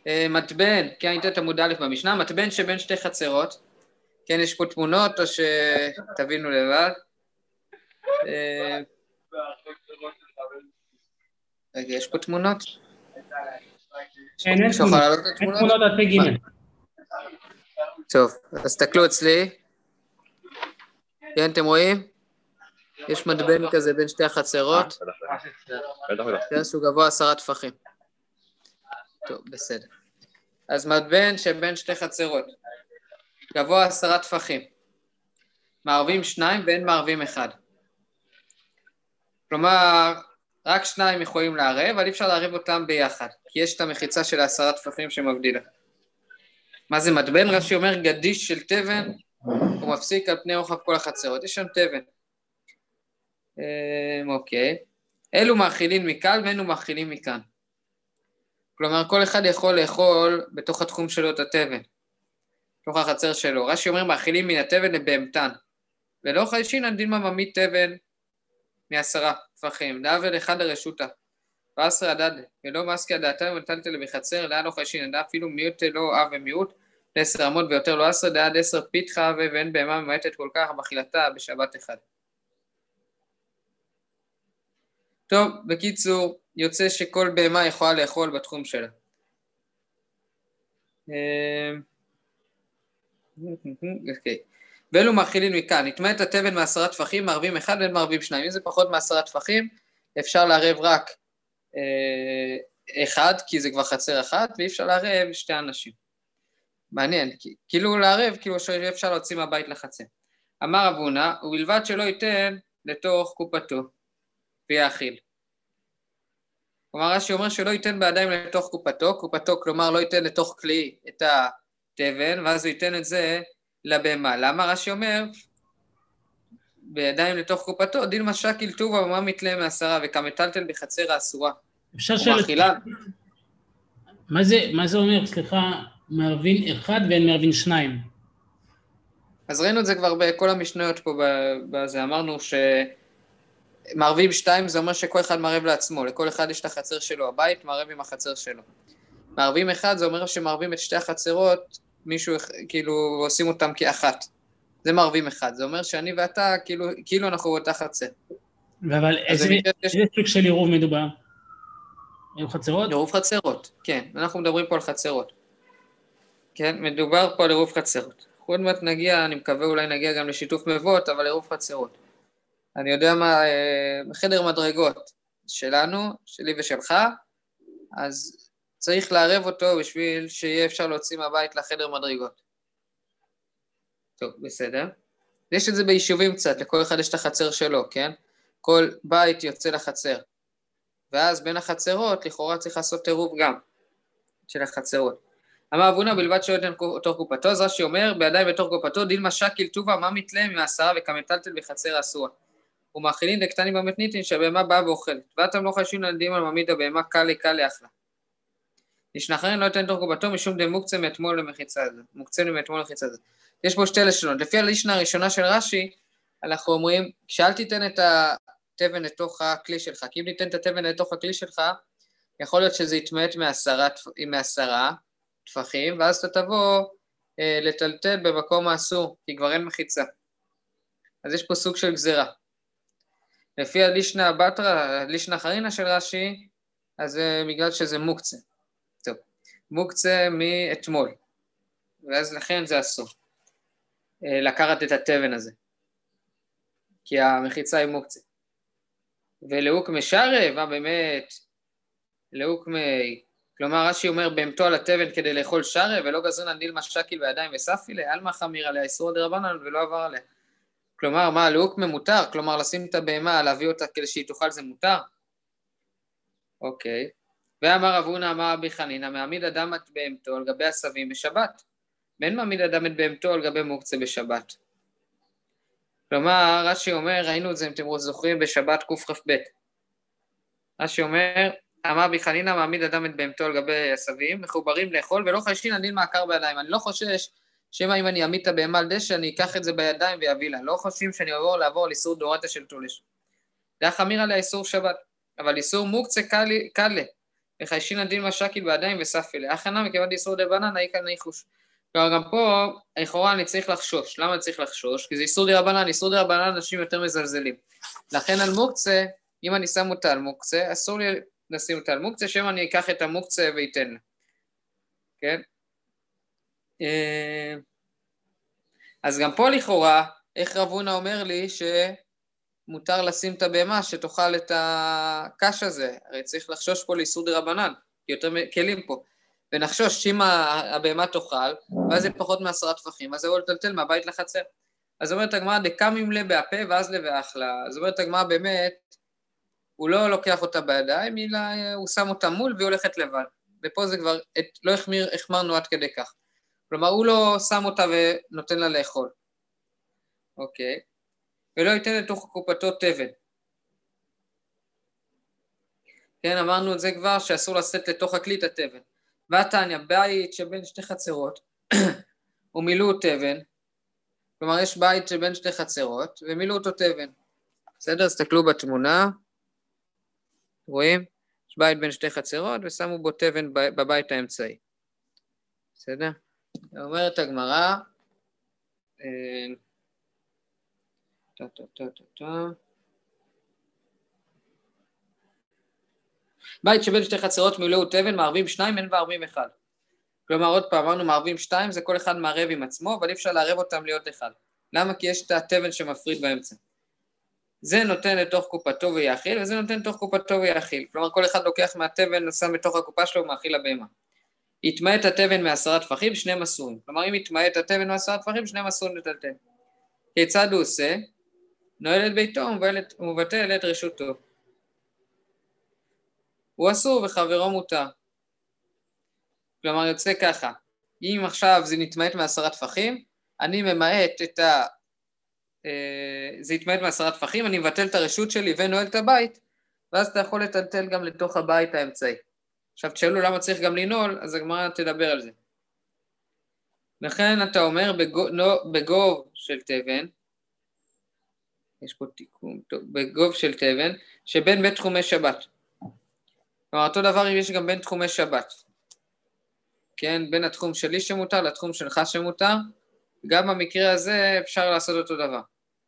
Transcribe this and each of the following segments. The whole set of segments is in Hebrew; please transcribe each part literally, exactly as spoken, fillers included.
מתבן, כן, הייתה את עמוד א' במשנה, מתבן שבין שתי חצרות, כן, יש פה תמונות או שתבינו לבד. רגע, יש פה תמונות? אין תמונות עד פג'. טוב, אז תסתכלו אצלי. כן, אתם רואים? יש מתבן כזה בין שתי החצרות. כן, שהוא גבוה עשרה טפחים. טוב, בסדר. אז מתבן שבין שתי חצרות. גבוה עשרה טפחים. מערבים שניים ואין מערבים אחד. כלומר, רק שניים יכולים לערב, אבל אי אפשר לערב אותם ביחד, כי יש את המחיצה של העשרה טפחים שמבדילה. מה זה מתבן? רש"י אומר גדיש של תבן, הוא מפסיק על פני רוחב כל החצרות, יש שם תבן. אוקיי. אלו מאכילים מכאן ואלו מאכילים מכאן. כלומר, כל אחד יכול לאכול בתוך התחום שלו את התבן, בתוך החצר שלו. רש"י אומר מאכילים מן התבן לבהמתן, ולא חיישינן דילמה ממית תבן מעשרה טפחים, דאבל אחד לרשותה, ועשרה עדד, ולא מסקי הדעתם ונטלת בחצר, דעה לא חיישינן, דעה אפילו מיעוט לא אב ומיעוט, לעשר אמות ויותר לא עשרה, דעה עד עשר פיתחה ואין בהמה ממעטת כל כך, באכילתה בשבת אחד. טוב, בקיצור, יוצא שכל בהמה יכולה לאכול בתחום שלה. אוקיי. ואלו מאכילים מכאן, נטמא את התבן מעשרה טפחים, מערבים אחד ואין מערבים שניים. אם זה פחות מעשרה טפחים, אפשר לערב רק אה, אחד, כי זה כבר חצר אחת, ואי אפשר לערב שתי אנשים. מעניין, כאילו לערב, כאילו שאפשר להוציא מהבית לחצר. אמר אבונה, ובלבד שלא ייתן לתוך קופתו, ויאכיל. כלומר, רש"י אומר שלא ייתן בידיים לתוך קופתו, קופתו, כלומר לא ייתן לתוך כלי את התבן, ואז הוא ייתן את זה לבהמה. למה רש"י אומר, בידיים לתוך קופתו, דילמה שקיל טובה ומה מתלה מעשרה, וכמטלטל בחצר האסורה. אפשר שאלה, מה זה, מה זה אומר, סליחה, מערבין אחד ואין מערבין שניים? אז ראינו את זה כבר בכל המשניות פה, בזה אמרנו ש... מערבים שתיים זה אומר שכל אחד מערב לעצמו, לכל אחד יש את החצר שלו, הבית מערב עם החצר שלו. מערבים אחד זה אומר שמערבים את שתי החצרות, מישהו כאילו עושים אותם כאחת. זה מערבים אחד, זה אומר שאני ואתה כאילו, כאילו אנחנו באותה חצר. אבל איזה, איזה סוג של עירוב מדובר? עירוב חצרות? עירוב חצרות, כן, אנחנו מדברים פה על חצרות. כן, מדובר פה על עירוב חצרות. עוד מעט נגיע, אני מקווה אולי נגיע גם לשיתוף מבואות, אבל עירוב חצרות. אני יודע מה, בחדר מדרגות שלנו, שלי ושלך, אז צריך לערב אותו בשביל שיהיה אפשר להוציא מהבית לחדר מדרגות. טוב, בסדר. יש את זה ביישובים קצת, לכל אחד יש את החצר שלו, כן? כל בית יוצא לחצר. ואז בין החצרות, לכאורה צריך לעשות עירוב גם של החצרות. אמר אבונה בלבד שלא ייתן תוך קופתו, אז רש"י אומר, בידיים בתוך קופתו, דילמה שקיל טובה, מה מתלה מעשרה וכמטלטל בחצר אסורה. ומאכילים דקטנים במתניתין שהבהמה באה ואוכלת. ואתם לא חיישים לנדים על מעמיד הבהמה קלי קלי אחלה. נשנחרין לא ייתן תוך קופתו משום דמוקצה מאתמול למחיצה הזאת. מוקצנו מאתמול למחיצה הזאת. יש פה שתי לשונות. לפי הלישנה הראשונה של רש"י, אנחנו אומרים, כשאל תיתן את התבן לתוך הכלי שלך, כי אם ניתן את התבן לתוך הכלי שלך, יכול להיות שזה יתמעט מעשרה, מעשרה טפחים, ואז אתה תבוא אה, לטלטל במקום האסור, כי כבר אין מחיצה. אז יש פה סוג של גזרה. לפי הלישנה הבטרה, הלישנה חרינה של רש"י, אז זה בגלל שזה מוקצה. טוב, מוקצה מאתמול, ואז לכן זה אסור. לקחת את התבן הזה, כי המחיצה היא מוקצה. ולאוק משרב, מה באמת? לאוק מ... כלומר, רש"י אומר, בהמתו על התבן כדי לאכול שרב, ולא גזרין על דילמה שקיל בידיים וספילה, אלמה חמיר עליה, איסור דרבנן ולא עבר עליה. כלומר, מה, לאוק ממותר? כלומר, לשים את הבהמה, להביא אותה כדי שהיא תאכל, זה מותר? אוקיי. ואמר אבונה, אמר רבי חנינא, מעמיד אדם את בהמתו על גבי עשבים בשבת. ואין מעמיד אדם את בהמתו על גבי מוקצה בשבת. כלומר, רש"י אומר, ראינו את זה, אם אתם זוכרים, בשבת קכ"ב. רש"י אומר, אמר רבי חנינא, מעמיד אדם את בהמתו על גבי עשבים, מחוברים לאכול, ולא חיישין הדין מעקר בידיים. אני לא חושש שמה אם אני אעמיד את הבהמה על דשא, אני אקח את זה בידיים ויביא לה. לא חושבים שאני אעבור לעבור על איסור דאורייתא של תולש. זה חמיר עליה איסור שבת, אבל איסור מוקצה קלה, וחיישינן דילמה שקיל בידיים וסף אליה. הכנה מכיוון דיסור דרבנן, העיקר ניחוש. כלומר, גם פה, לכאורה אני צריך לחשוש. למה צריך לחשוש? כי זה איסור דרבנן, איסור דרבנן אנשים יותר מזלזלים. לכן על מוקצה, אם אני שם אותה על מוקצה, אסור לי לשים אותה על מוקצה, שם אני אקח את המוקצה ואתן לה. כן? אז גם פה לכאורה, איך רב הונא אומר לי שמותר לשים את הבהמה שתאכל את הקש הזה, הרי צריך לחשוש פה לאיסור דרבנן, יותר כלים פה, ונחשוש שאם הבהמה תאכל, ואז זה פחות מעשרה טפחים, אז זה יכול לטלטל מהבית לחצר. אז אומרת הגמרא, דקמים לה בהפה ואז לה ואכלה, אז אומרת הגמרא באמת, הוא לא לוקח אותה בידיים, אלא הוא שם אותה מול והיא הולכת לבד, ופה זה כבר, את, לא החמיר, החמרנו עד כדי כך. כלומר, הוא לא שם אותה ונותן לה לאכול. אוקיי. ולא ייתן לתוך קופתו תבן. כן, אמרנו את זה כבר, שאסור לשאת לתוך הכלי את התבן. והתניא, בית שבין שתי חצרות, ומילאו תבן, כלומר, יש בית שבין שתי חצרות, ומילאו אותו תבן. בסדר? תסתכלו בתמונה. רואים? יש בית בין שתי חצרות, ושמו בו תבן בבית האמצעי. בסדר? אומרת הגמרא, טה טה טה טה טה, בית שבין שתי חצרות מילאו תבן, מערבים שניים, אין וערבים אחד. כלומר, עוד פעם, אמרנו מערבים שתיים, זה כל אחד מערב עם עצמו, אבל אי אפשר לערב אותם להיות אחד. למה? כי יש את התבן שמפריד באמצע. זה נותן לתוך קופתו ויאכיל, וזה נותן לתוך קופתו ויאכיל. כלומר, כל אחד לוקח מהתבן, שם בתוך הקופה שלו ומאכיל לבהמה. יתמעט התבן מעשרה טפחים, שני מסורים. כלומר, אם יתמעט התבן מעשרה טפחים, שני מסורים לטלטל. כיצד הוא עושה? נועל את ביתו ומבטל את רשותו. הוא אסור וחברו מותר. כלומר, יוצא ככה. אם עכשיו זה נתמעט מעשרה טפחים, אני ממעט את ה... זה יתמעט מעשרה טפחים, אני מבטל את הרשות שלי ונועל את הבית, ואז אתה יכול לטלטל גם לתוך הבית האמצעי. עכשיו תשאלו למה צריך גם לנעול, אז הגמרא תדבר על זה. לכן אתה אומר בגוב, נו, בגוב של תבן, יש פה תיקון, טוב, בגוב של תבן, שבין בית תחומי שבת. כלומר, אותו דבר אם יש גם בין תחומי שבת. כן, בין התחום שלי שמותר לתחום שלך שמותר, גם במקרה הזה אפשר לעשות אותו דבר.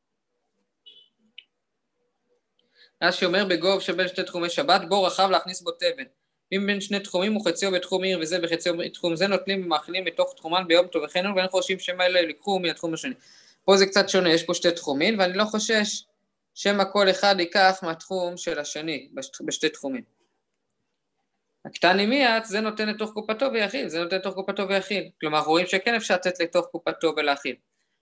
רש"י אומר בגוב שבין שתי תחומי שבת, בו רחב להכניס בו תבן. אם בין שני תחומים הוא חציו בתחום עיר וזה בחציו בתחום זה, נוטלים ומאכילים בתוך תחומן ביום טוב וכן, ואין חושבים שמה אלה לקחו מהתחום השני. פה זה קצת שונה, יש פה שתי תחומים, ואני לא חושש שמה כל אחד ייקח מהתחום של השני, בשתי תחומים. הקטני מיעט, זה נותן לתוך קופתו ויאכיל, זה נותן לתוך קופתו ויאכיל. כלומר, רואים שכן אפשר לתת לתוך קופתו ולהאכיל.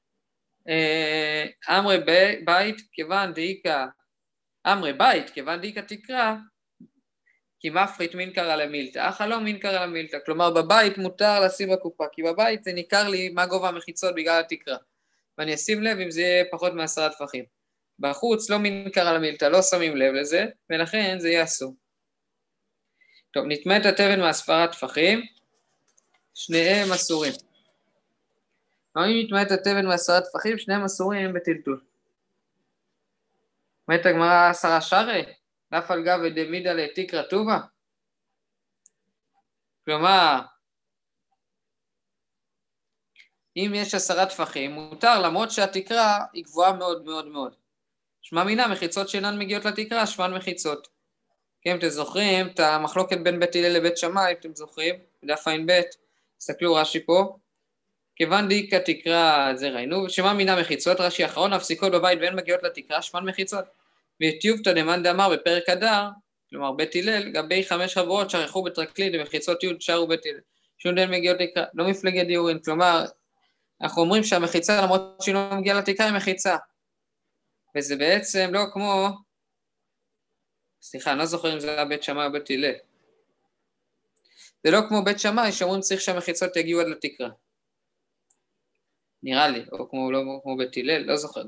אמרי בית, כיוון דאיקה, אמרי בית, כיוון דאיקה תקרא, כי מפחית מינקר על המילתא, אך לא מינקר על המילתא. כלומר, בבית מותר לשים בקופה, כי בבית זה ניכר לי מה גובה המחיצות בגלל התקרה. ואני אשים לב אם זה יהיה פחות מעשרה טפחים. בחוץ לא מינקר על המילתא, לא שמים לב לזה, ולכן זה יהיה אסור. טוב, נטמאת התבן מעשרה טפחים, שניהם אסורים. אם נטמאת התבן מעשרה טפחים, שניהם אסורים בטלטול. אומרת הגמרא עשרה שרי, דף על גב ודמידה לתקרא טובה. כלומר, אם יש עשרה טפחים, מותר למרות שהתקרה היא גבוהה מאוד מאוד מאוד. שמע מינה, מחיצות שאינן מגיעות לתקרה, שמן מחיצות. כן, אתם זוכרים את המחלוקת בין בית הלל לבית שמאי, אתם זוכרים, בדף עין בית, תסתכלו רש"י פה, כיוון דאיקה תקרא, זה ראינו, שמע מינה מחיצות, רש"י אחרון, הפסיקות בבית ואין מגיעות לתקרה, שמן מחיצות. וטיובתא דמאן דאמר בפרק אדר, כלומר בית הלל, גבי חמש חבורות שכחו בטרקלין ומחיצות י' שרו בית הלל, שום דין מגיעות לתקרה, לא מפלגת דיורין, כלומר, אנחנו אומרים שהמחיצה למרות שהיא לא מגיעה לתקרה היא מחיצה, וזה בעצם לא כמו, סליחה, אני לא זוכר אם זה היה בית שמאי או בית הלל, זה לא כמו בית שמאי שאומרים צריך שהמחיצות יגיעו עד לתקרה, נראה לי, או כמו, לא, כמו בית הלל, לא זוכר.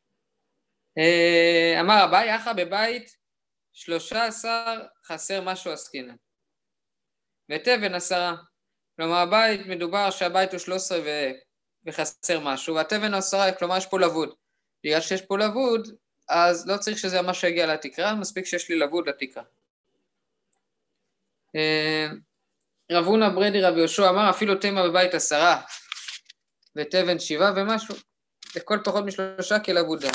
אמר אביי, אחא בבית שלושה עשר חסר משהו עסקינן, ותבן עשרה. כלומר הבית מדובר שהבית הוא שלוש עשרה ו... וחסר משהו, והתבן עשרה, כלומר יש פה לבוד. בגלל שיש פה לבוד, אז לא צריך שזה מה שיגיע לתקרה, מספיק שיש לי לבוד לתקרה. רב הונא ברדי רב יהושע אמר, אפילו תמה בבית עשרה, ותבן שבעה ומשהו, לכל פחות משלושה כלבו דם.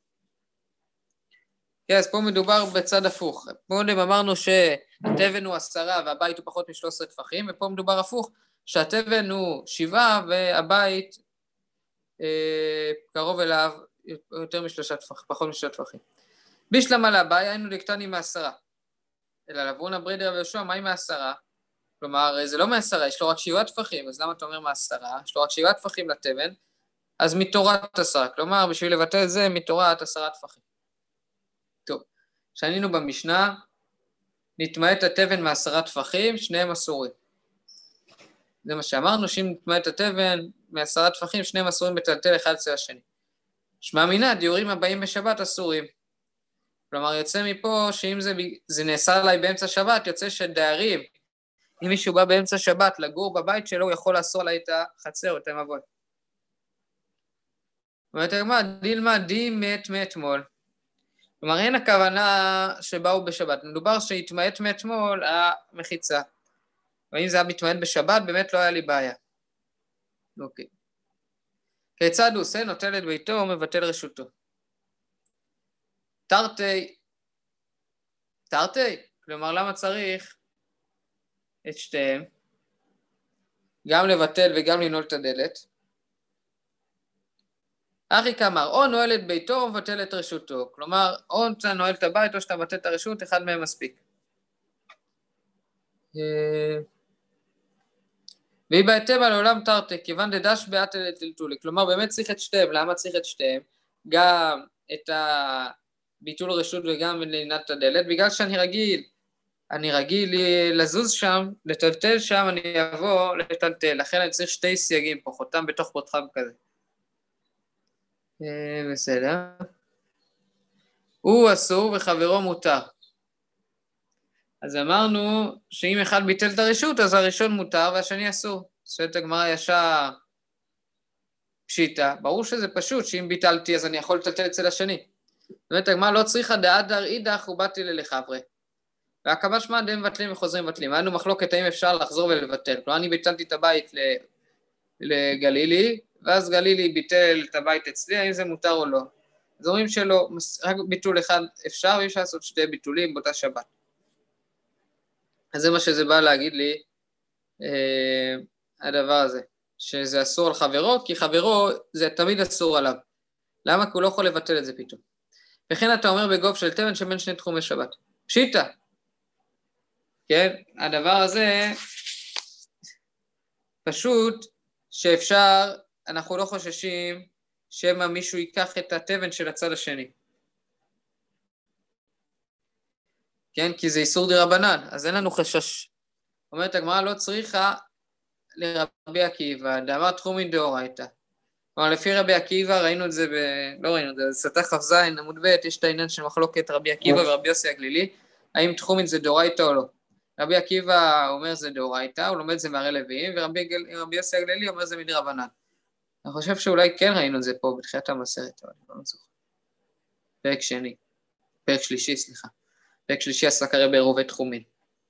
כן, אז פה מדובר בצד הפוך. קודם אמרנו שהתבן הוא עשרה והבית הוא פחות משלוש עשרה טפחים, ופה מדובר הפוך, שהתבן הוא שבעה והבית אה, קרוב אליו יותר משלושה טפחים, פחות משלושה טפחים. בשלמה לאביי היינו לקטני מעשרה. אלא רב הונא ברדי רב יהושע, מה עם מעשרה? כלומר, זה לא מעשרה, יש לו רק שבעה טפחים, אז למה אתה אומר מעשרה? יש לו רק שבעה טפחים לתבן, אז מתורת עשרה. כלומר, בשביל לבטא את זה, מתורת עשרה טפחים. טוב, שענינו במשנה, נתמעט התבן מעשרה טפחים, שניהם אסורים. זה מה שאמרנו, שאם נתמעט התבן מעשרה טפחים, שניהם אסורים בטלטל אחד אצל השני. שמע מינה, דיורים הבאים בשבת אסורים. כלומר, יוצא מפה שאם זה, זה נאסר עליי באמצע שבת, יוצא שדיירים, אם מישהו בא באמצע שבת לגור בבית שלו, הוא יכול לאסור עליי את החצר, את המבוי. אומרת הגמרא, דילמה די מת מאתמול. כלומר, אין הכוונה שבאו בשבת. מדובר שהתמעט מאתמול המחיצה. ואם זה היה מתמעט בשבת, באמת לא היה לי בעיה. אוקיי. כיצד הוא עושה? נוטל את ביתו ומבטל רשותו. תרתי, תרתי, כלומר, למה צריך את שתיהם? גם לבטל וגם לנעול את הדלת. אחי כאמר, או נועל את ביתו או מבטל את רשותו. כלומר, או אתה נועל את הבית או שאתה מבטל את הרשות, אחד מהם מספיק. והיא בהתאם על עולם תרתי, כיוון דדש באט אל טלטולי. כלומר, באמת צריך את שתיהם. למה צריך את שתיהם? גם את הביטול רשות וגם לנעול את הדלת, בגלל שאני רגיל, אני רגיל לזוז שם, לטלטל שם, אני אבוא לטלטל. לכן אני צריך שתי סייגים פה, חותם בתוך פותחם כזה. בסדר. הוא אסור וחברו מותר. אז אמרנו שאם אחד ביטל את הרשות, אז הראשון מותר והשני אסור. שואלת הגמרא ישר פשיטה. ברור שזה פשוט, שאם ביטלתי אז אני יכול לטלטל אצל השני. זאת הגמרא לא צריכה דאדר אידך ובאתי ללחברי. והקב"ה שמע די מבטלים וחוזרים מבטלים. היינו מחלוקת האם אפשר לחזור ולבטל. כלומר, אני ביטלתי את הבית לגלילי, ואז גלילי ביטל את הבית אצלי, האם זה מותר או לא. אז אומרים שלא, רק ביטול אחד אפשר, ואי אפשר לעשות שתי ביטולים באותה שבת. אז זה מה שזה בא להגיד לי, אה, הדבר הזה, שזה אסור על חברו, כי חברו זה תמיד אסור עליו. למה? כי הוא לא יכול לבטל את זה פתאום. וכן אתה אומר בגוף של תבן שבין שני תחומי שבת. פשיטה. כן? הדבר הזה פשוט שאפשר, אנחנו לא חוששים שמה מישהו ייקח את התבן של הצד השני. כן? כי זה איסור דרבנן, אז אין לנו חשש. אומרת הגמרא לא צריכה לרבי עקיבא, דאמר תחומין דאורייתא. כלומר, לפי רבי עקיבא, ראינו את זה ב... לא ראינו את זה, סטח כ"ז עמוד ב', יש את העניין של מחלוקת רבי עקיבא ורבי יוסי הגלילי, האם תחומין זה דאורייתא או לא. רבי עקיבא אומר זה דאורייתא, הוא לומד זה מהרי לוויים, ורבי רבי יוסי הגלילי אומר זה מדרבנן. אני חושב שאולי כן ראינו את זה פה בתחילת המסכת, אבל אני לא זוכר. פרק שני, פרק שלישי, סליחה. פרק שלישי עסק הרי בעירובי תחומין.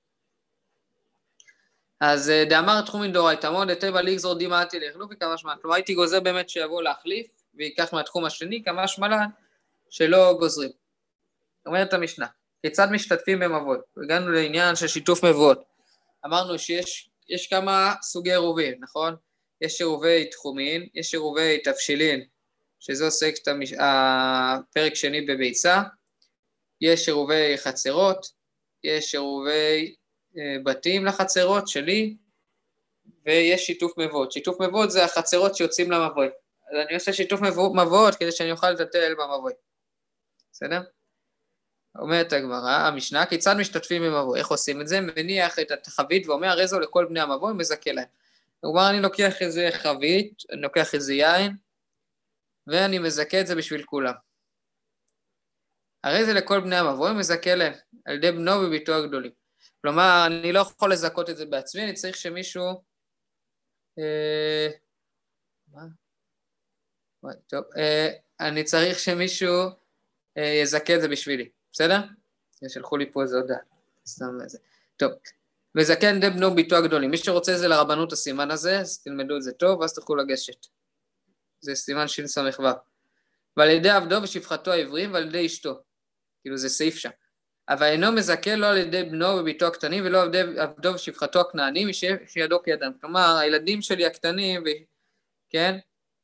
אז דאמר תחומין דאורייתא, מאוד דתיבה לגזור דימאתי להחלופי כמה שמלן. כלומר, הייתי גוזר באמת שיבוא להחליף, ויקח מהתחום השני כמה שמלן שלא גוזרים. אומרת המשנה, כיצד משתתפים במבוי? הגענו לעניין של שיתוף מבואות. אמרנו שיש יש כמה סוגי עירובים, נכון? יש עירובי תחומין, יש עירובי תבשילין, שזה עוסק את המש... הפרק שני בביצה, יש עירובי חצרות, יש עירובי בתים לחצרות שלי, ויש שיתוף מבואות. שיתוף מבואות זה החצרות שיוצאים למבוי. אז אני עושה שיתוף מבואות כדי שאני אוכל לטלטל במבוי. בסדר? אומרת הגמרא, המשנה, כיצד משתתפים במבוי? איך עושים את זה? מניח את החבית ואומר, הרי זו לכל בני המבוי, מזכה להם. כלומר, אני לוקח איזה חבית, אני לוקח איזה יין, ואני מזכה את זה בשביל כולם. הרי זה לכל בני המבוי, מזכה להם, על ידי בנו וביתו הגדולים. כלומר, אני לא יכול לזכות את זה בעצמי, אני צריך שמישהו... אה, מה? טוב, אה, אני צריך שמישהו אה, יזכה את זה בשבילי, בסדר? שלחו לי פה איזה הודעה. סתם איזה. טוב, וזקן די בנו ביתו הגדולים. מי שרוצה זה לרבנות הסימן הזה, אז תלמדו את זה טוב, ואז תוכלו לגשת. זה סימן שין סמך ו'. ועל ידי עבדו ושפחתו העברים, ועל ידי אשתו. כאילו זה סעיף שם. אבל אינו מזכה לא על ידי בנו וביתו הקטנים, ולא על ידי עבדו ושפחתו הכנענים, שידו כידם. כלומר, הילדים שלי הקטנים, ו... כן?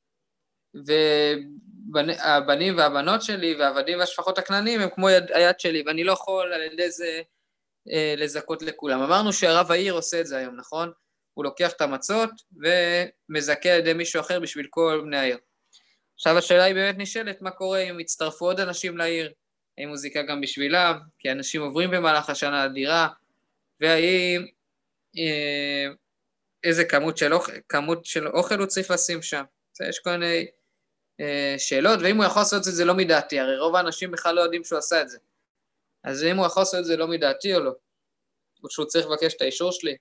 והבנים והבנות שלי, והעבדים והשפחות הכנענים, הם כמו יד, היד שלי, ואני לא יכול על ידי זה אה, לזכות לכולם. אמרנו שהרב העיר עושה את זה היום, נכון? הוא לוקח את המצות, ומזכה על ידי מישהו אחר בשביל כל בני העיר. עכשיו השאלה היא באמת נשאלת, מה קורה אם יצטרפו עוד אנשים לעיר? האם הוא זיקה גם בשבילם? כי אנשים עוברים במהלך השנה הדירה, והאם אה, איזה כמות של, אוכל, כמות של אוכל הוא צריך לשים שם? יש כל מיני אה, שאלות, ואם הוא יכול לעשות את זה, זה לא מדעתי, הרי רוב האנשים בכלל לא יודעים שהוא עשה את זה. אז אם הוא יכול לעשות את זה, לא מדעתי או לא? או שהוא צריך לבקש את האישור שלי?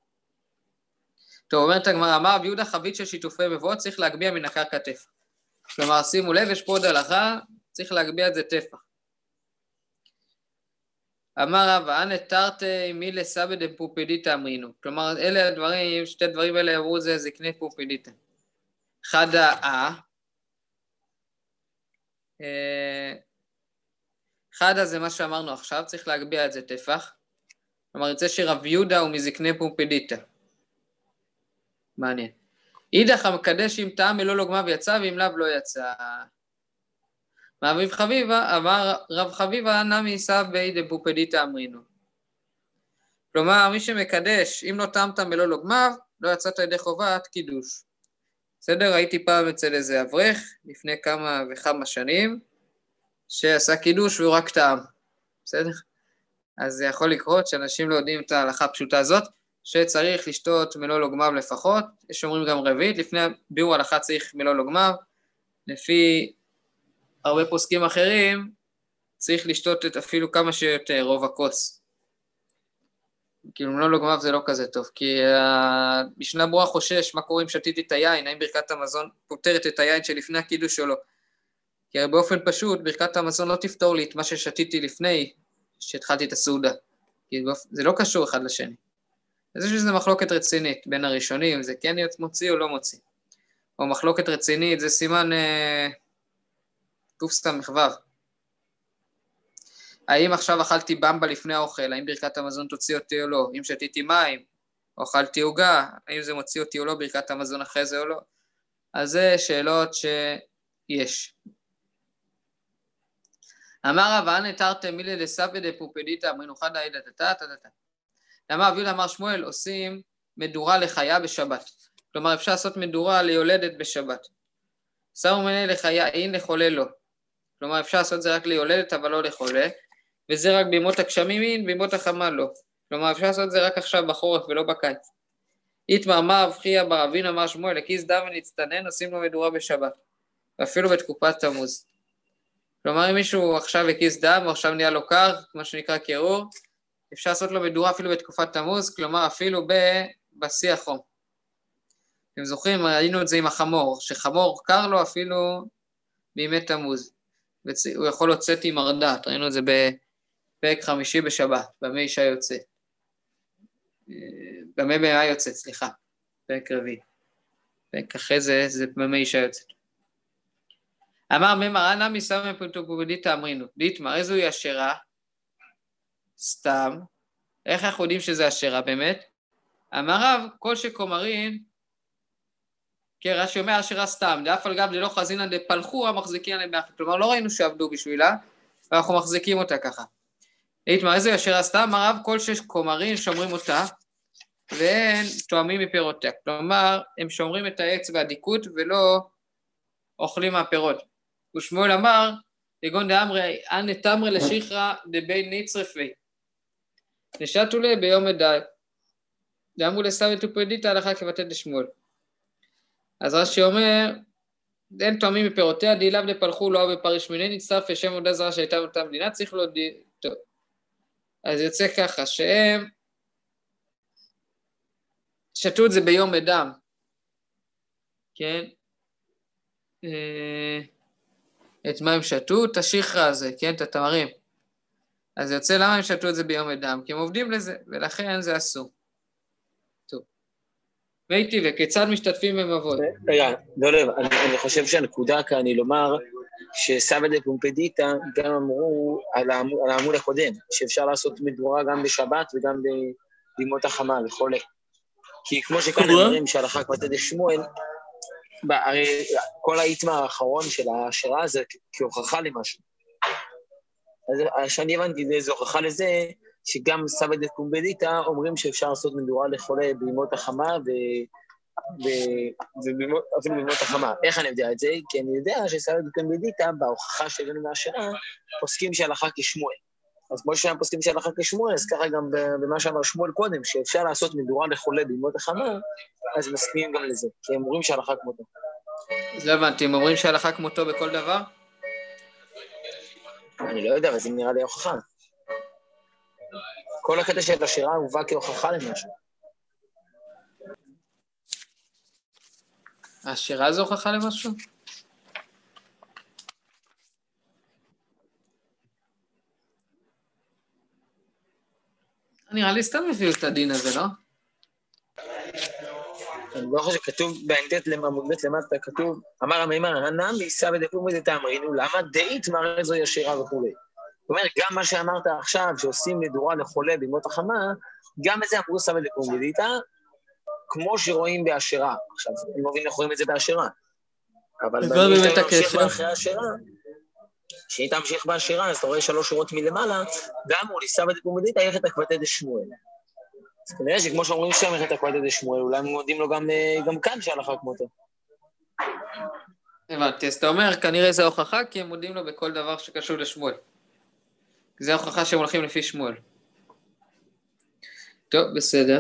טוב, אומרת הגמרא, אמר רבי יהודה חבית של שיתופי מבואות, צריך להגביה מן הקרקע טפח. כלומר, שימו לב, יש פה עוד הלכה, צריך להגביה את זה טפח. אמר רב, אנא תרתי מילי סבא דפורפידיתא אמרינו. כלומר, אלה הדברים, שתי דברים האלה אמרו זה זקני פורפידיתא. אחד האה, אחד זה מה שאמרנו עכשיו, צריך להגביה את זה טפח. כלומר, יצא שרב יהודה הוא מזקני פורפידיתא. מעניין. אידך המקדש אם טעם אלא לוגמה ויצא, ואם לאו לא יצא. מאביב חביבה, אמר רב חביבה, נמי סבי דפורפידיתא אמרינו. כלומר, מי שמקדש, אם לא טעמתם אלא לוגמיו, לא יצאת ידי חובת קידוש. בסדר? הייתי פעם אצל איזה אברך, לפני כמה וכמה שנים, שעשה קידוש והוא רק טעם. בסדר? אז זה יכול לקרות שאנשים לא יודעים את ההלכה הפשוטה הזאת, שצריך לשתות מלוא לוגמיו לפחות, יש אומרים גם רביעית, לפני ביאור הלכה צריך מלוא לוגמיו, לפי הרבה פוסקים אחרים, צריך לשתות את אפילו כמה שיותר, רוב הכוס. כאילו מלוא לוגמיו זה לא כזה טוב, כי משנה ברורה חושש מה קורה אם שתיתי את היין, האם ברכת המזון פותרת את היין שלפני הקידוש או לא. כי הרי באופן פשוט, ברכת המזון לא תפתור לי את מה ששתיתי לפני שהתחלתי את הסעודה. כי זה לא קשור אחד לשני. אז יש לזה מחלוקת רצינית בין הראשונים, זה כן מוציא או לא מוציא. או מחלוקת רצינית, זה סימן אה, קופסה מחוו. האם עכשיו אכלתי במבה לפני האוכל, האם ברכת המזון תוציא אותי או לא? אם שתיתי מים, או אכלתי עוגה, האם זה מוציא אותי או לא, ברכת המזון אחרי זה או לא? אז זה שאלות שיש. אמר רב, אנא תרתי מילי לסבא דפורפידיתא אמרינו חדא עידא תתא תתא תתא. אמר רב יהודה אמר שמואל, עושים מדורה לחיה בשבת. כלומר, אפשר לעשות מדורה ליולדת בשבת. שמו מנה לחיה, אין לחולה לא. כלומר, אפשר לעשות זה רק ליולדת, אבל לא לחולה. וזה רק בימות הגשמים אין, בימות החמה לא. כלומר, אפשר לעשות זה רק עכשיו בחורף ולא בקיץ. איתמר אמר רב חייא בר אבין אמר שמואל, הקיס דם ונצטנן, עושים לו מדורה בשבת. ואפילו בתקופת תמוז. כלומר, אם מישהו עכשיו הקיס דם, או עכשיו נהיה לו קר, מה שנקרא קירור, אפשר לעשות לו מדורה אפילו בתקופת תמוז, כלומר אפילו בשיא החום. אתם זוכרים, ראינו את זה עם החמור, שחמור קר לו אפילו בימי תמוז, והוא יכול לצאת עם מרדת, ראינו את זה בפרק חמישי בשבת, במי אישה יוצא, במי במי יוצא, סליחה, פרק רביעי, פרק אחרי זה, זה במי אישה יוצא. אמר ממרא נמי סבא דפורפידיתא אמרינו, דיתמר, איזו היא אשרה? סתם, איך אנחנו יודעים שזה אשרה באמת? אמר רב, כל שקומרין, כן, רש"י אומר אשרה סתם, דאף על גב דלא חזינא דפלחו המחזיקין עליהם ביחד, כלומר לא ראינו שעבדו בשבילה, ואנחנו מחזיקים אותה ככה. איתמר, איזו אשרה סתם? אמר רב, כל שקומרין שומרים אותה, והם תואמים מפירותיה, כלומר הם שומרים את העץ והדיקות ולא אוכלים מהפירות. ושמואל אמר, יגון דאמרי, אנא תמרי לשכרא דבי נצרפי. נשתו לה ביום עדי. דאמרו לסבא דפורפידיתא הלכה כבטל דשמואל. אז רש"י אומר, אין תואמים מפירותיה, דאילאו דפלחו לא בפריש מיני, נצטרף לשם עבודה זרה שהייתה באותה מדינה, צריך לו די... טוב. אז יוצא ככה, שהם שתו את זה ביום אדם. כן? את מה הם שתו? את השכרה הזה, כן? את התמרים. אז יוצא למה הם שתו את זה ביום אדם, כי הם עובדים לזה, ולכן זה אסור. טוב. ואיתי, וכיצד משתתפים במבוי? רגע, לא, לא, אני, אני חושב שהנקודה כאן היא לומר שסבא דה פומפדיטה גם אמרו על העמוד, על העמוד הקודם, שאפשר לעשות מדורה גם בשבת וגם בימות החמה וכו'. כי כמו שכאן אומרים שהלכה כבתי דשמואל, הרי כל האיתמה האחרון של ההשערה זה כהוכחה למשהו. אז שאני הבנתי זה הוכחה לזה, שגם סבא דה פומפדיטה אומרים שאפשר לעשות מדורה לחולה בימות החמה ו... ואפילו בימות החמה. איך אני יודע את זה? כי אני יודע שסבא דה פומפדיטה, בהוכחה שהבאנו מהשערה, פוסקים שהלכה כשמואל. אז כמו שהם פוסקים שהלכה כשמואל, אז ככה גם במה שאמר שמואל קודם, שאפשר לעשות מדורה לחולה בימות החמה, אז הם מסכימים גם לזה, כי הם אומרים שהלכה כמותו. אז לא הבנתי, הם אומרים שהלכה כמותו בכל דבר? אני לא יודע, אבל זה נראה לי הוכחה. כל הקטע של השירה הובא כהוכחה למשהו. השירה זו הוכחה למשהו? נראה לי סתם הביאו את הדין הזה, לא? אני לא חושב שכתוב באנגלית עמוד ב' למטה, כתוב, אמר המימר, הנמי סבא דה פומפדיטה אמרינו, למה דאית מראה זו ישירה וכו'. זאת אומרת, גם מה שאמרת עכשיו, שעושים מדורה לחולה בימות החמה, גם בזה אמרו סבא דה פומפדיטה, כמו שרואים בהשערה. עכשיו, אם מבין איך רואים את זה בהשערה. אבל אם אתה ממשיך באחרי השערה, שאם אתה ממשיך בהשערה, אז אתה רואה שלוש שורות מלמעלה, ואמרו לי סבא דה פומפדיטה, איך את הכבתי דשמואל. אז כנראה שכמו שאומרים שם איך את הכבתי דשמואל, אולי הם מודים לו גם, גם כאן שהלכה כמותו. הבנתי, אז אתה אומר, כנראה זה הוכחה, כי הם מודים לו בכל דבר שקשור לשמואל. זה הוכחה שהם הולכים לפי שמואל. טוב, בסדר.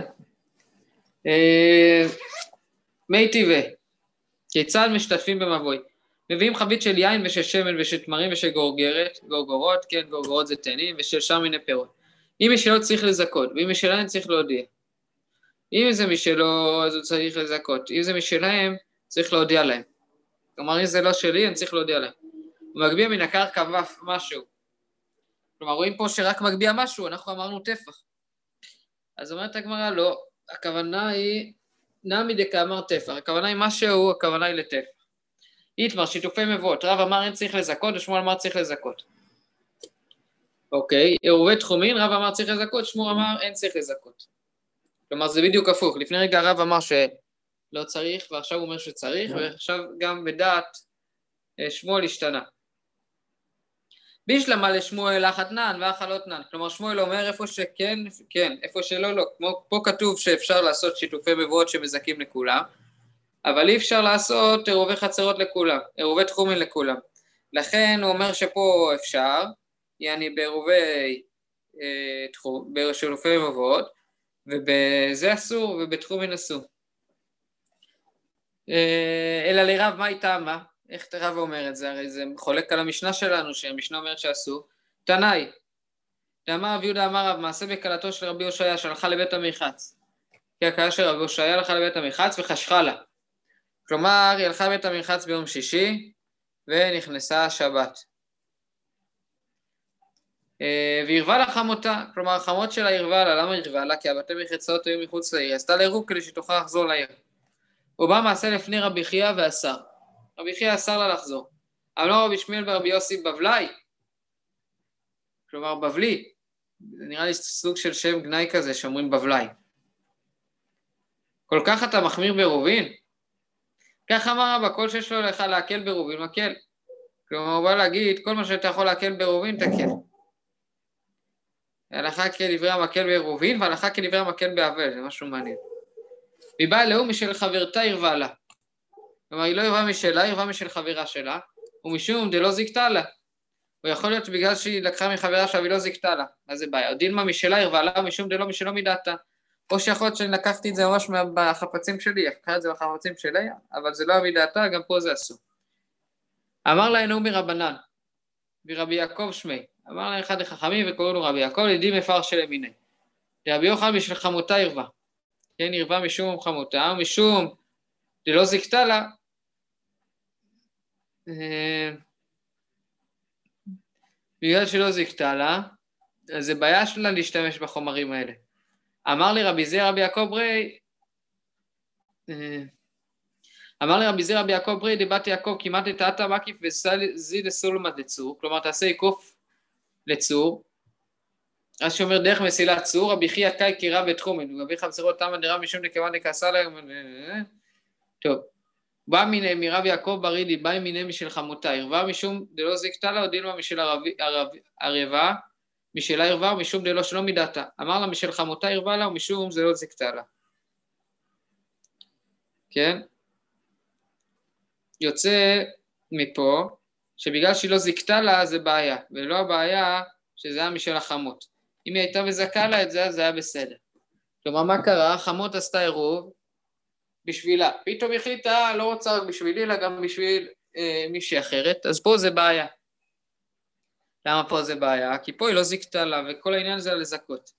מי טבעי, כיצד משתתפים במבוי? מביאים חבית של יין ושל שמן ושל תמרים ושל גורגרת, גורגורות, כן, גורגורות זה תאנים, ושל שאר מיני פירות. אם משלו צריך לזכות, ואם משלהם צריך להודיע. אם זה משלו, אז הוא צריך לזכות. אם זה משלהם, צריך להודיע להם. כלומר, אם זה לא שלי, אני צריך להודיע להם. הוא מגביע מן הקרקע משהו. כלומר, רואים פה שרק מגביע משהו, אנחנו אמרנו טפח. אז אומרת הגמרא, לא, הכוונה היא, נמי דקאמר טפח, הכוונה היא משהו, הכוונה היא לטפח. איתמר, שיתופי מבואות, רב אמר אין צריך לזכות, ושמואל אמר צריך לזכות. אוקיי, עירובי תחומין, רב אמר צריך לזכות, שמואל אמר אין צריך לזכות. כלומר, זה בדיוק הפוך, לפני רגע רב אמר שלא צריך, ועכשיו הוא אומר שצריך, ועכשיו גם בדעת שמואל השתנה. בישלמה לשמואל אחתנן ואחלותנן, כלומר שמואל אומר איפה שכן, כן, איפה שלא, לא, כמו פה כתוב שאפשר לעשות שיתופי מבואות שמזכים לכולם, אבל אי אפשר לעשות עירובי חצרות לכולם, עירובי תחומין לכולם, לכן הוא אומר שפה אפשר, יעני בעירובי אה, תחום, בשיתופי מבואות, ובזה אסור ובתחומין אסור. אה, אלא לרב מה איתה מה? איך רב אומר את זה? הרי זה חולק על המשנה שלנו, שהמשנה אומרת שאסור. תנאי, דאמר רב יהודה אמר רב, מעשה בקלתו של רבי הושעיה שהלכה לבית המרחץ. כי הקלה של רבי הושעיה הלכה לבית המרחץ וחשכה לה. כלומר, היא הלכה לבית המרחץ ביום שישי, ונכנסה שבת. והרווה לה חמותה, כלומר, החמות שלה הרווה לה, למה הרווה לה? כי הבתי מרחצות היו מחוץ לעיר, עשתה לעירוב כדי שתוכל לחזור לעיר. הוא בא מעשה לפני רבי חייא ואסר. רבי חייא אסר לה לחזור. אמר רבי שמואל ורבי יוסי בבלי, כלומר בבלי, זה נראה לי סוג של שם גנאי כזה שאומרים בבלי. כל כך אתה מחמיר ברובין? כך אמר רבא, כל שיש לו לך להקל ברובין, מקל. כלומר הוא בא להגיד, כל מה שאתה יכול להקל ברובין, תקל. הלכה כדברי המקל ברובין, והלכה כדברי המקל באבל, זה משהו מעניין. מבא אלוהו משל חברתה הרווה לה. כלומר, היא לא הרווה משלה, היא הרווה משל חברה שלה, ומשום דלא זיקתה לה. ויכול להיות שבגלל שהיא לקחה מחברה שלה והיא לא זיקתה לה. אז זה בעיה. או דילמה משלה הרווה לה, ומשום דלא משלו מדעתה. או שיכול להיות שאני לקחתי את זה ממש בחפצים שלי, לקחה את זה בחפצים שלי, אבל זה לא מדעתה, גם פה זה אסור. אמר להנו מרבנן, ורבי יעקב שמי. אמר לה אחד החכמים וקוראים לו רבי יעקב, לידי מפרש של ימיני. רבי יוחנן בשביל חמותה הרווה. כן, הרווה משום חמותה, ומשום דלא זיקתה לה, בגלל שלא זיקתה לה, אז זה בעיה שלה להשתמש בחומרים האלה. אמר לי רבי זרע רבי יעקב ברי, אמר לי רבי זרע רבי יעקב ברי, דיברתי יעקב כמעט את האטה מקיף וזיד סולמת לצור, כלומר תעשה עיקוף לצור, אז שאומר דרך מסילת צור, רבי חייא קאי קירה בתחומן, רבי חבצרות תמה דרע משום דכיוון דכעסה להם, טוב, בא מיני מרב יעקב ברידי, בא מיני משל חמותה, ערווה משום דלא זיקתה לה, או דילמה משל ערווה, משלה ערווה, ומשום דלא שלא מידתה, אמר לה משל חמותה ערווה לה, ומשום זה לא זיקתה לה. כן? יוצא מפה, שבגלל שהיא לא זיקתה לה, זה בעיה, ולא הבעיה שזה היה משל החמות. אם היא הייתה מזכה לה את זה, זה היה בסדר. כלומר, מה קרה? החמות עשתה עירוב בשבילה. פתאום החליטה, לא רוצה רק בשבילי, אלא גם בשביל אה, מישהי אחרת, אז פה זה בעיה. למה פה זה בעיה? כי פה היא לא זיקתה לה, וכל העניין זה לזכות.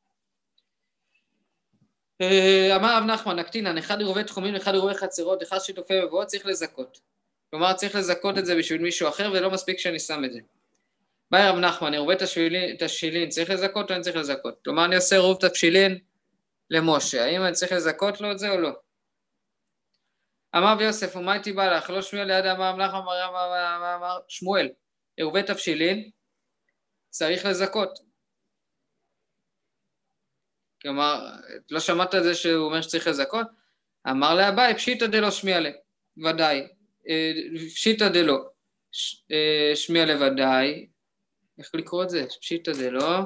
אה, אמר רב נחמן, נקטינן, אחד עירובי תחומים, אחד עירובי חצרות, אחד שיתופי מבואות, צריך לזכות. כלומר, צריך לזכות את זה בשביל מישהו אחר, ולא מספיק שאני שם את זה. באי רב נחמן, עירובי תשילין, צריך לזכות או אני צריך לזכות? כלומר, אני עושה עירוב תשילין למשה, האם אני צריך לזכות לו את זה או לא? אמר ויוסף, ומה הייתי בא לך? לא שמואל ליד אמר המלאך, אמר שמואל, עירובי תבשילין, צריך לזכות. כלומר, לא שמעת את זה שהוא אומר שצריך לזכות? אמר לאביי, פשיטא דלא שמיע לה, ודאי, פשיטא דלא, שמיע לה ודאי, איך לקרוא את זה? פשיטא דלא,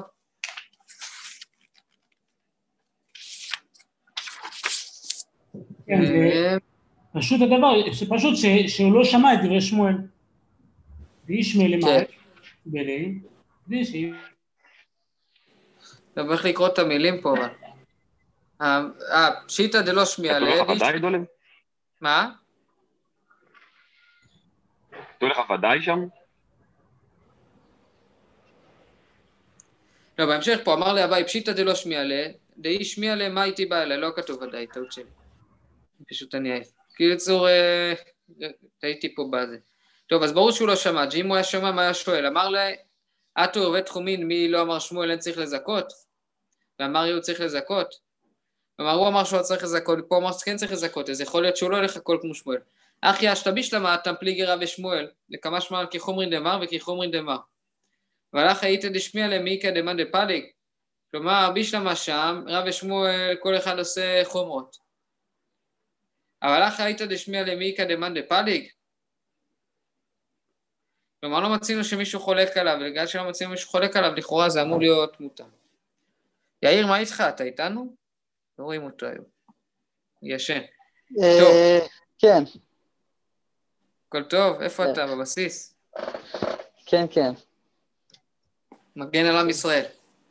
כן, זה פשוט הדבר, פשוט שהוא לא שמע את דברי שמואל. וישמע למעלה, בלי, בלי שהיא... טוב, איך לקרוא את המילים פה, אבל... אה, פשיטא דלא שמיע לה... כתוב לך ודאי, דולם? מה? כתוב לך ודאי שם? לא, בהמשך פה אמר לאביי, פשיטא דלא שמיע לה, דאי שמיע לה מה איתי בא אליה, לא כתוב ודאי, טעות שלי. פשוט אני עייף. קיצור, הייתי פה בזה. טוב, אז ברור שהוא לא שמע, אם הוא היה שמע, מה היה שואל? אמר לה, עטו עובד תחומין, מי לא אמר שמואל, אין צריך לזכות? ואמר לי, הוא צריך לזכות? כלומר, הוא אמר שהוא צריך לזכות, פה אמר שכן צריך לזכות, אז יכול להיות שהוא לא ילך הכל כמו שמואל. אחי, אשתביש למה, תמפליגי רב ושמואל, לכמה שמע כחומרין דמר וכחומרין דמר. והלך היית דשמיע למיקה דמן דפליג, כלומר, בישלמה שם, רב ושמואל, כל אחד עושה חומרות. אבל לך היית דשמיע למיקה דמן דפליג, כלומר, לא מצינו שמישהו חולק עליו, ולגלל שלא מצינו מישהו חולק עליו, לכאורה זה אמור להיות מותר. יאיר, מה איתך? אתה איתנו? לא רואים אותו היום. ישן. טוב. כן. הכל טוב? איפה אתה? בבסיס? כן, כן. מגן על עם ישראל.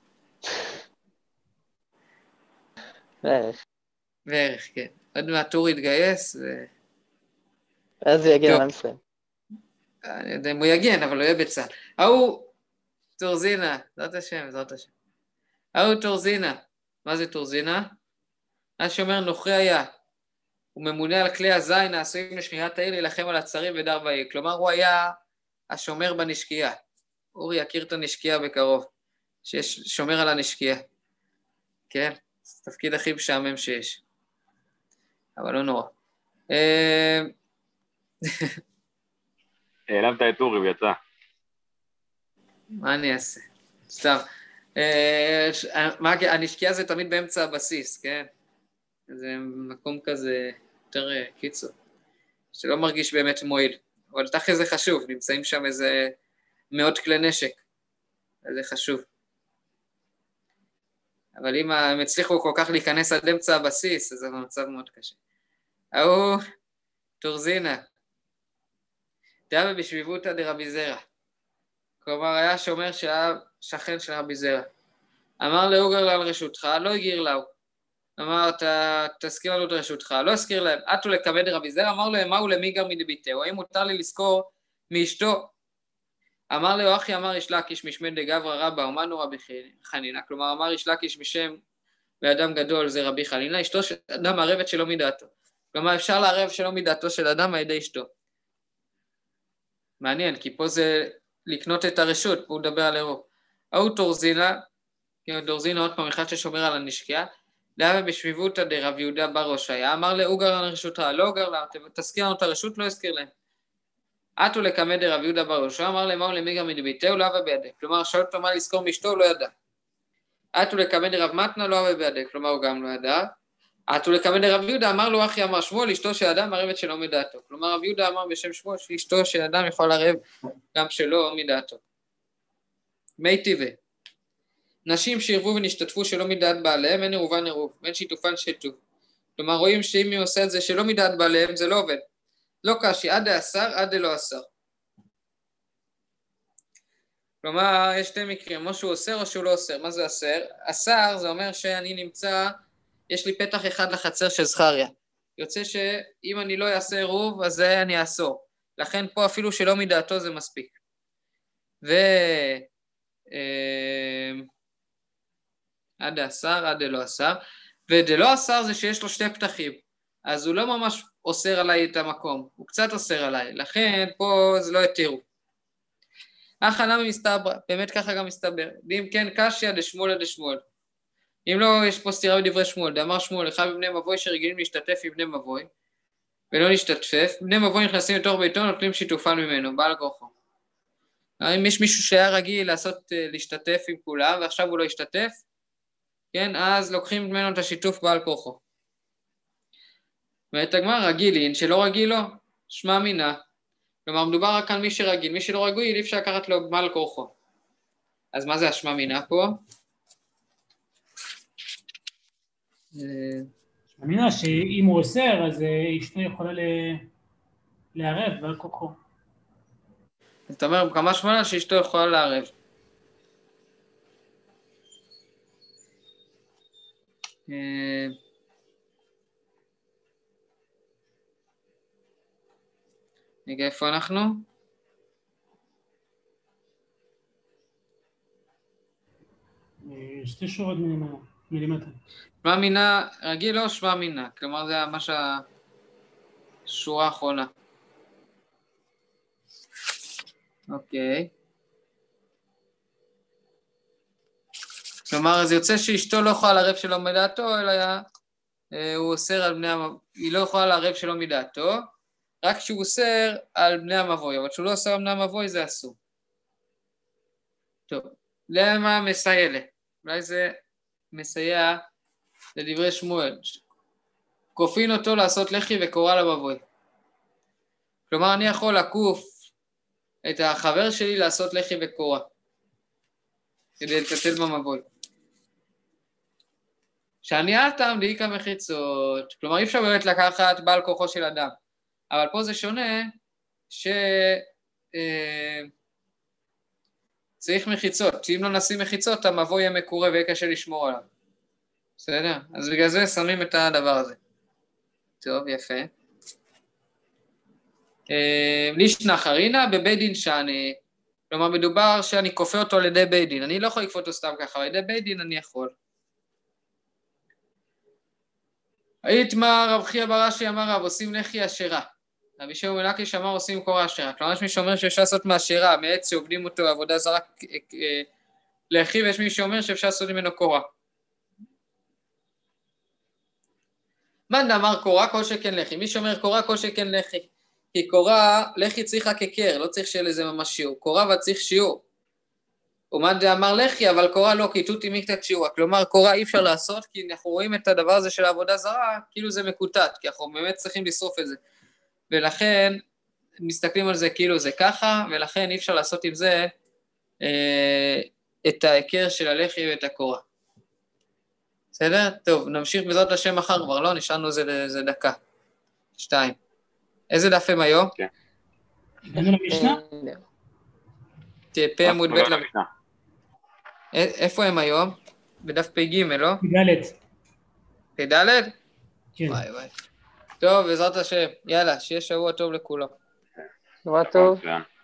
בערך. בערך, כן. עוד מעט טור יתגייס ו... אז הוא יגן על עם ישראל. אני יודע אם הוא יגן, אבל הוא יהיה בצד. ההוא, תורזינה, זאת השם, זאת השם. ההוא תורזינה. מה זה תורזינה? מה שאומר נוכרי היה. הוא ממונה על כלי הזין העשויים לשמירת העיר להילחם על הצרים ודר בעיר. כלומר, הוא היה השומר בנשקייה. אורי יכיר את הנשקייה בקרוב, שיש שומר על הנשקייה. כן? זה התפקיד הכי משעמם שיש. אבל לא נורא. העלמת את אורי ויצא. מה אני אעשה? סתם. הנשקייה זה תמיד באמצע הבסיס, כן? זה מקום כזה יותר קיצור, שלא מרגיש באמת מועיל. אבל תכף זה חשוב, נמצאים שם איזה מאות כלי נשק, זה חשוב. אבל אם הם הצליחו כל כך להיכנס עד אמצע הבסיס, אז זה מצב מאוד קשה. ההוא, תורזינה, דאבה בשביבותא דרבי זרע. כלומר, היה שומר שהיה שכן של רבי זרע. אמר לאוגר על רשותך, לא הגיר לאו. אמר, תזכיר לנו את רשותך, לא הזכיר להם. עטו לכבד רבי זרע, אמר להם, מהו למיגר מדביתהו, האם מותר לי לזכור מאשתו? אמר לו, אחי אמר יש לקיש משמן דגברא רבא, ומנו רבי חנינא, כלומר אמר יש לקיש משם באדם גדול זה רבי חנינא, אשתו של אדם מערבת שלא מדעתו. כלומר אפשר לערב שלא מדעתו של אדם על ידי אשתו. מעניין, כי פה זה לקנות את הרשות, פה הוא מדבר על עירוב. או תורזינה, דורזינה עוד פעם אחד ששומר על הנשקייה, דאבה בשביבותא דרב יהודה בר הושעיה, אמר לאוגר לרשותך, לא אוגר לה, תזכיר לנו את הרשות, לא הזכיר להם. עטו לקמא דרב יהודה בר הושעיה, אמר להם, מהו למיגר מדביתהו, לא אבה בידק. כלומר, שאל אותו מה לזכור מאשתו, לא ידע. עטו לקמא דרב מתנא, לא אבה בידק. כלומר, הוא גם לא ידע. עטו לקמא דרב יהודה, אמר לו, אחי אמר שמואל, אשתו של אדם ערבת שלא מדעתו. כלומר, רב יהודה אמר בשם שמואל, שאשתו של אדם יכול לערב גם שלא מדעתו. מי טבעי. נשים שירבו ונשתתפו שלא מדעת בעליהם, אין עירובן עירוב, ואין שיתופן שיתוף. כלומר, רואים שאם היא עושה את זה שלא מדעת בעליהם, זה לא עובד. לא קשי, עד האסר, עד דלא אסר. כלומר, יש שתי מקרים, או שהוא אוסר או שהוא לא אוסר. מה זה אסר? אסר זה אומר שאני נמצא, יש לי פתח אחד לחצר של זכריה. יוצא שאם אני לא אעשה עירוב, אז זה אני אאסור. לכן פה אפילו שלא מדעתו זה מספיק. ו... עד האסר, עד דלא אסר, ודלא אסר זה שיש לו שתי פתחים, אז הוא לא ממש אוסר עליי את המקום, הוא קצת אוסר עליי, לכן פה זה לא יתירו. אך למה מסתבר, באמת ככה גם מסתבר, ואם כן קשיא דשמואל דשמואל, אם לא יש פה סתירה בדברי שמואל, דאמר שמואל, אחד מבני מבוי שרגילים להשתתף עם בני מבוי, ולא להשתתף, בני מבוי נכנסים לתוך ביתו, נוטלים שיתופן ממנו, בעל כורחו. אם יש מישהו שהיה רגיל לעשות, להשתתף עם כולם, ועכשיו הוא לא השתתף, כן, אז לוקחים ממנו את השיתוף בעל כורחו. ואת הגמר רגילין, שלא רגיל לו, שמע מינה. כלומר, מדובר רק על מי שרגיל, מי שלא רגיל, אי אפשר לקחת לו בעל כורחו. אז מה זה השמע מינה פה? שמע מינה שאם הוא אוסר, אז אשתו יכולה לערב בעל כורחו. זאת אומרת, כמה שמונה שאשתו יכולה לערב. רגע, איפה אנחנו? שתי שורות מילימטר. שמע מינה, רגיל לא שמע מינה, כלומר זה ממש השורה האחרונה. אוקיי. כלומר, זה יוצא שאשתו לא יכולה לערב שלא מדעתו, אלא הוא אוסר על בני המבוי, היא לא יכולה לערב שלא מדעתו, רק כשהוא אוסר על בני המבוי, אבל כשהוא לא אוסר על בני המבוי זה אסור. טוב, למה מסייע לה? אולי זה מסייע לדברי שמואל. כופין אותו לעשות לחי וקורא למבוי. כלומר, אני יכול לקוף את החבר שלי לעשות לחי וקורא, כדי לטטל במבוי. שאני אתם דאיקה מחיצות, כלומר אי אפשר באמת לקחת בעל כוחו של אדם, אבל פה זה שונה שצריך אה, מחיצות, שאם לא נשים מחיצות המבוי יהיה מקורה ויהיה קשה לשמור עליו. בסדר? אז בגלל זה שמים את הדבר הזה. טוב, יפה. אה, לישנא חרינא בבית דין שאני, כלומר מדובר שאני כופה אותו על ידי בית דין, אני לא יכול לכפות אותו סתם ככה, על ידי בית דין אני יכול. איתמר רב חייא בר אשי אמר רב עושים לחי אשרה, רבי שמעון בן לקיש אמר עושים קורה אשרה, כלומר יש מי שאומר שאפשר לעשות מהשרה, מעץ שעובדים אותו עבודה זרה לחי, ויש מי שאומר שאפשר לעשות ממנו קורה. מאן דאמר קורה כל שכן לחי, מי שאומר קורה כל שכן לחי, כי קורה לחי צריך רק היכר, לא צריך שיהיה לזה ממש שיעור, קורה אבל צריך שיעור. ומאן דאמר לחי, אבל קורה לא, כי תותי מקטת שיעור, כלומר קורה אי אפשר לעשות, כי אנחנו רואים את הדבר הזה של העבודה זרה, כאילו זה מקוטט, כי אנחנו באמת צריכים לשרוף את זה. ולכן מסתכלים על זה כאילו זה ככה, ולכן אי אפשר לעשות עם זה אה, את ההיכר של הלחי ואת הקורה. בסדר? טוב, נמשיך בעזרת השם מחר כבר, לא? נשארנו זה, זה דקה. שתיים. איזה דף הם היום? כן. הגענו למשנה? תהיה פה עמוד ב' למשנה. איפה הם היום? בדף פ"ג, לא? פ"ד. פ"ד? כן. וואי וואי. טוב, בעזרת השם. יאללה, שיהיה שבוע טוב לכולם. שבוע טוב. מצוין.